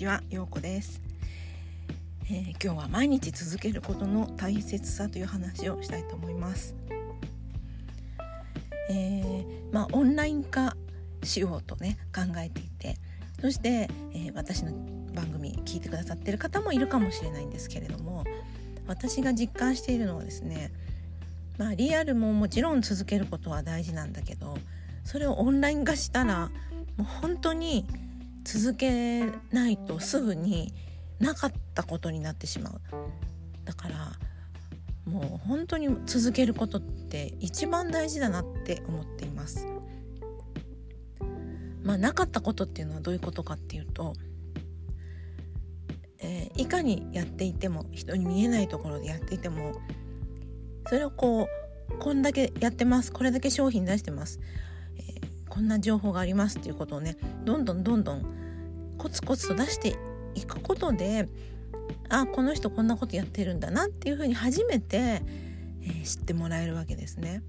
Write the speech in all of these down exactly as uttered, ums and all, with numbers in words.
ちは、ようこです、えー、今日は毎日続けることの大切さという話をしたいと思います。えーまあ、オンライン化しようとね考えていて、そして、えー、私の番組聞いてくださっている方もいるかもしれないんですけれども、私が実感しているのはですね、まあ、リアルももちろん続けることは大事なんだけど、それをオンライン化したらもう本当に続けないとすぐになかったことになってしまう。だからもう本当に続けることって一番大事だなって思っています。まあ、なかったことっていうのはどういうことかっていうと、えー、いかにやっていても人に見えないところでやっていても、それをこうこんだけやってます、これだけ商品出してます、えー、こんな情報がありますっていうことをね、どんどんどんどんコツコツと出していくことで、あ、この人こんなことやってるんだなっていうふうに初めて、えー、知ってもらえるわけですね。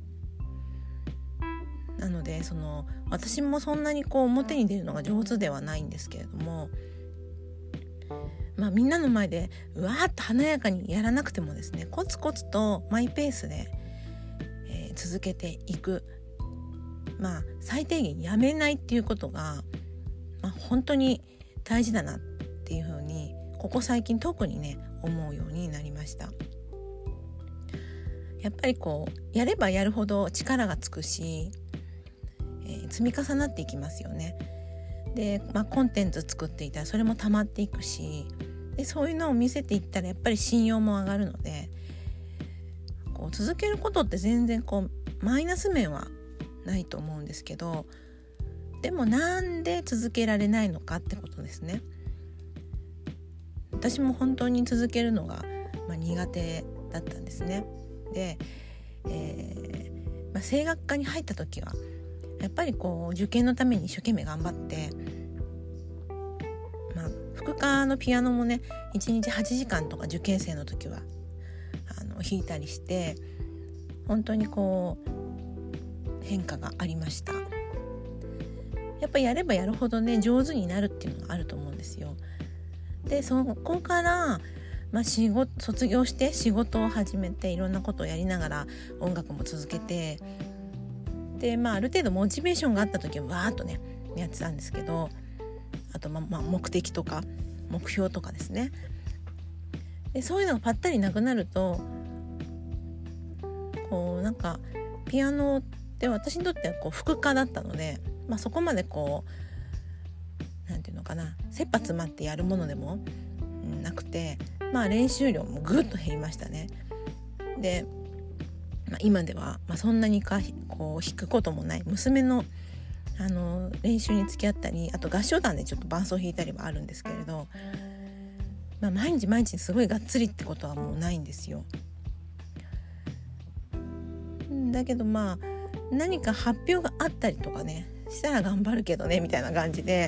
なのでその私もそんなにこう表に出るのが上手ではないんですけれども、まあ、みんなの前でうわーっと華やかにやらなくてもですね、コツコツとマイペースで、えー、続けていく、まあ最低限やめないっていうことが、まあ、本当に大事だなっていうふうにここ最近特にね思うようになりました。やっぱりこうやればやるほど力がつくし、えー、積み重なっていきますよね。で、まあ、コンテンツ作っていたらそれも溜まっていくし、でそういうのを見せていったらやっぱり信用も上がるので、こう続けることって全然こうマイナス面はないと思うんですけど、でもなんで続けられないのかってことですね。私も本当に続けるのが、まあ、苦手だったんですね。で、えーまあ、声楽科に入った時はやっぱりこう受験のために一生懸命頑張って、まあ、副科のピアノもねいちにちはちじかんとか受験生の時はあの弾いたりして、本当にこう変化がありました。やっぱりやればやるほどね上手になるっていうのがあると思うんですよ。でそこから、まあ、仕事卒業して仕事を始めていろんなことをやりながら音楽も続けて、で、まあ、ある程度モチベーションがあった時はわーっとねやってたんですけど、あと、まあまあ、目的とか目標とかですね。でそういうのがぱったりなくなると、こうなんかピアノって私にとってはこう副科だったので、まあ、そこまでこうなんていうのかな、切羽詰まってやるものでもなくて、まあ、練習量もぐっと減りましたね。で、まあ、今では、まあ、そんなにかこう弾くこともない娘の、あの練習に付き合ったり、あと合唱団でちょっと伴奏弾いたりはあるんですけれど、まあ、毎日毎日すごいがっつりってことはもうないんですよ。だけどまあ何か発表があったりとかねしたら頑張るけどねみたいな感じで、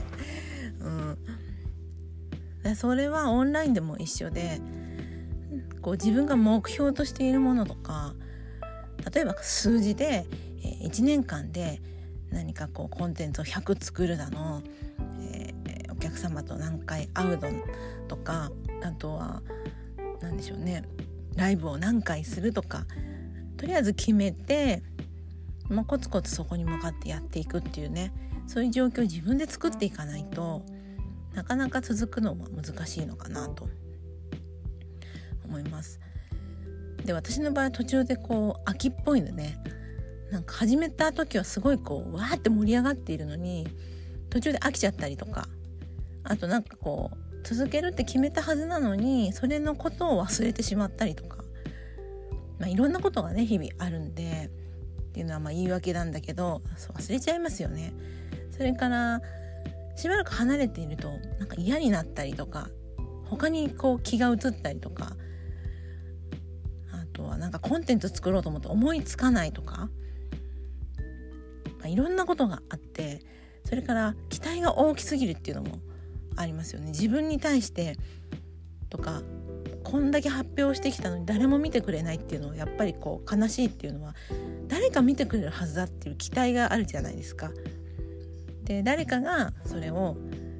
うん、それはオンラインでも一緒で、こう自分が目標としているものとか、例えば数字で、えー、いちねんかんで何かこうコンテンツをひゃく作るだの、えー、お客様と何回会うのとか、あとは何でしょうね、ライブを何回するとか、とりあえず決めて、まあ、コツコツそこに向かってやっていくっていうね、そういう状況を自分で作っていかないとなかなか続くのは難しいのかなと思います。で、私の場合は途中でこう秋っぽいのね、なんか始めた時はすごいこうわーって盛り上がっているのに途中で飽きちゃったりとか、あとなんかこう続けるって決めたはずなのにそれのことを忘れてしまったりとか、まあ、いろんなことがね日々あるんでっていうのはまあ言い訳なんだけど、そう忘れちゃいますよね。それからしばらく離れているとなんか嫌になったりとか、他にこう気が移ったりとか、あとはなんかコンテンツ作ろうと思って思いつかないとか、まあ、いろんなことがあって、それから期待が大きすぎるっていうのもありますよね。自分に対してとか、こんだけ発表してきたのに誰も見てくれないっていうのはやっぱりこう悲しいっていうのは、誰か見てくれるはずだっていう期待があるじゃないですか。で誰かがそれを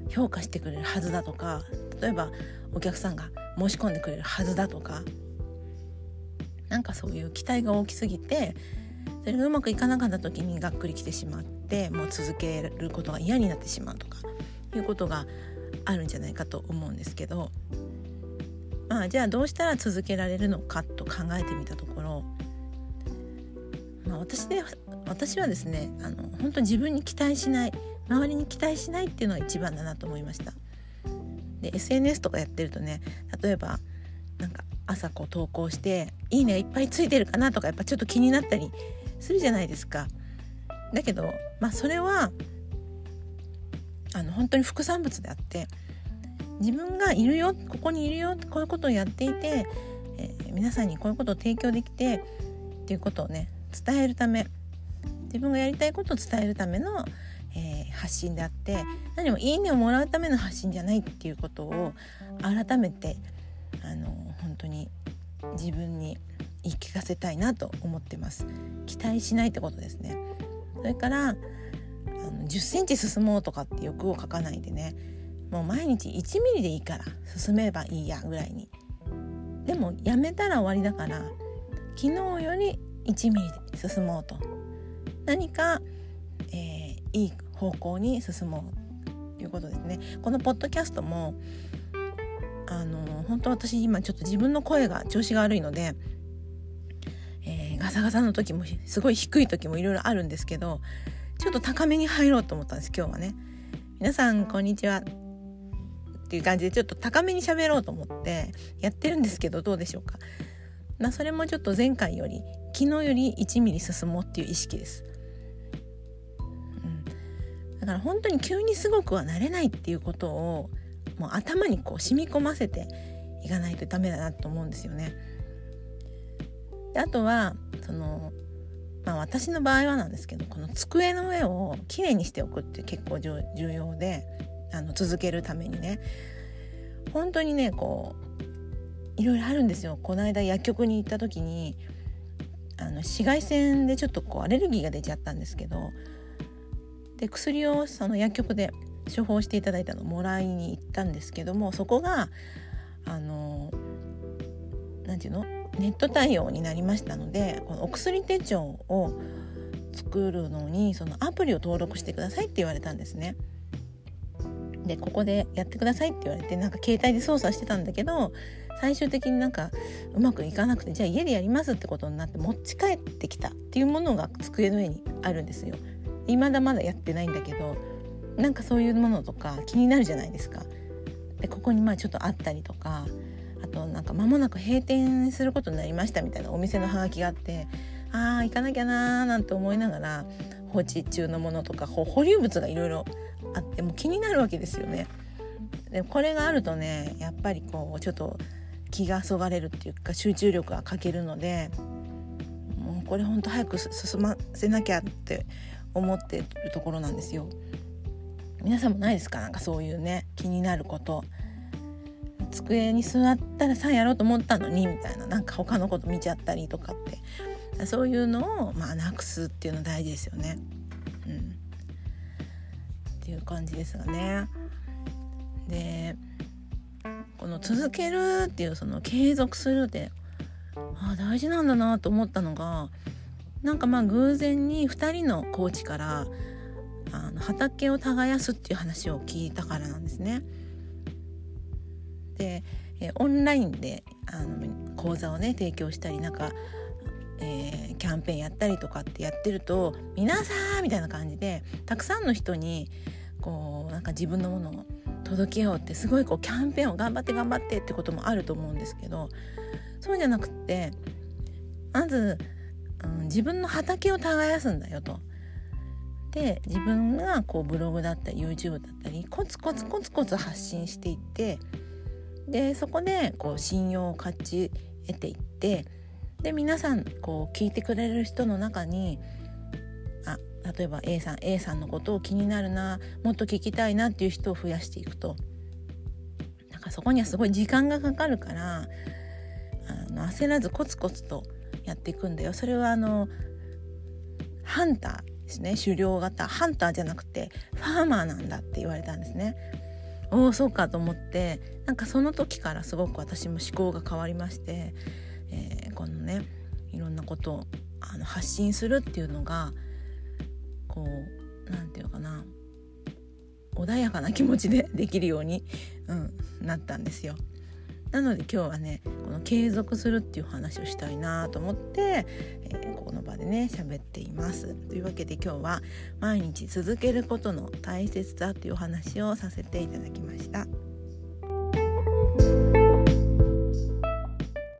評価してくれるはずだとか、例えばお客さんが申し込んでくれるはずだとか、なんかそういう期待が大きすぎて、それがうまくいかなかった時にがっくりきてしまって、もう続けることが嫌になってしまうとかいうことがあるんじゃないかと思うんですけど、まあじゃあどうしたら続けられるのかと考えてみたところ、まあ、私で私はですね、あの本当に自分に期待しない、周りに期待しないっていうのが一番だなと思いました。で エスエヌエス とかやってるとね、例えばなんか朝こう投稿していいねいっぱいついてるかなとか、やっぱちょっと気になったりするじゃないですか。だけどまあそれはあの本当に副産物であって、自分がいるよ、ここにいるよ、こういうことをやっていて、えー、皆さんにこういうことを提供できてっていうことをね伝えるため、自分がやりたいことを伝えるための、えー、発信であって、何もいいねをもらうための発信じゃないっていうことを改めてあの本当に自分に言い聞かせたいなと思ってます。期待しないってことですね。それからあのじゅっセンチ進もうとかって欲を書かないでね、もう毎日いちミリでいいから進めばいいやぐらいに。でもやめたら終わりだから、昨日よりいちミリで進もうと、何か、えー、いい方向に進もうということですね。このポッドキャストもあの本当私今ちょっと自分の声が調子が悪いので、えー、ガサガサの時もすごい低い時もいろいろあるんですけど、ちょっと高めに入ろうと思ったんです今日はね。皆さんこんにちはっていう感じでちょっと高めに喋ろうと思ってやってるんですけど、どうでしょうか。まあ、それもちょっと前回より昨日よりいちミリ進もうっていう意識です、うん、だから本当に急にすごくはなれないっていうことをもう頭にこう染み込ませていかないとダメだなと思うんですよね。であとはその、まあ、私の場合はなんですけど、この机の上をきれいにしておくって結構重要で、あの続けるためにね、本当にねこういろいろあるんですよ。この間薬局に行った時にあの紫外線でちょっとこうアレルギーが出ちゃったんですけど、で薬をその薬局で処方していただいたのをもらいに行ったんですけども、そこがあのなんていうのネット対応になりましたので、このお薬手帳を作るのにそのアプリを登録してくださいって言われたんですね。でここでやってくださいって言われて、なんか携帯で操作してたんだけど、最終的になんかうまくいかなくて、じゃあ家でやりますってことになって持ち帰ってきたっていうものが机の上にあるんですよ。未だまだやってないんだけど、なんかそういうものとか気になるじゃないですか。でここにまあちょっとあったりとか、あとなんか間もなく閉店することになりましたみたいなお店のハガキがあって、あー行かなきゃなーなんて思いながら放置中のものとか保留物がいろいろあっても気になるわけですよね。でこれがあるとね、やっぱりこうちょっと気がそがれるっていうか集中力が欠けるので、もうこれほんと早く進ませなきゃって思ってるところなんですよ。皆さんもないですか？なんかそういうね気になること、机に座ったらさやろうと思ったのにみたいな、なんか他のこと見ちゃったりとかって、そういうのをまあなくすっていうの大事ですよね、うん、っていう感じですがね。でこの続けるっていう、その継続するってあ大事なんだなと思ったのが、なんかまあ偶然にふたりのコーチからあの畑を耕すっていう話を聞いたからなんですね。でえオンラインであの講座をね提供したり、なんか、えー、キャンペーンやったりとかってやってると、皆さんみたいな感じでたくさんの人にこうなんか自分のものを届けようって、すごいこうキャンペーンを頑張って頑張ってってこともあると思うんですけど、そうじゃなくって、まず、うん、自分の畑を耕すんだよと。で自分がこうブログだったり YouTube だったりコツコツコツコツ発信していって、でそこでこう信用を勝ち得ていって、で皆さんこう聞いてくれる人の中に、あ例えば A さん A さんのことを気になるな、もっと聞きたいなっていう人を増やしていくと、なんかそこにはすごい時間がかかるから、あの焦らずコツコツとやっていくんだよ。それはあのハンターですね、狩猟型ハンターじゃなくてファーマーなんだって言われたんですね。 おおそうかと思って、なんかその時からすごく私も思考が変わりまして、えー、このねいろんなことをあの発信するっていうのがこうなんていうのかな、穏やかな気持ちでできるように、うん、なったんですよ。なので今日はねこの継続するっていう話をしたいなと思って、えー、この場でね喋っています。というわけで今日は毎日続けることの大切さというお話をさせていただきました。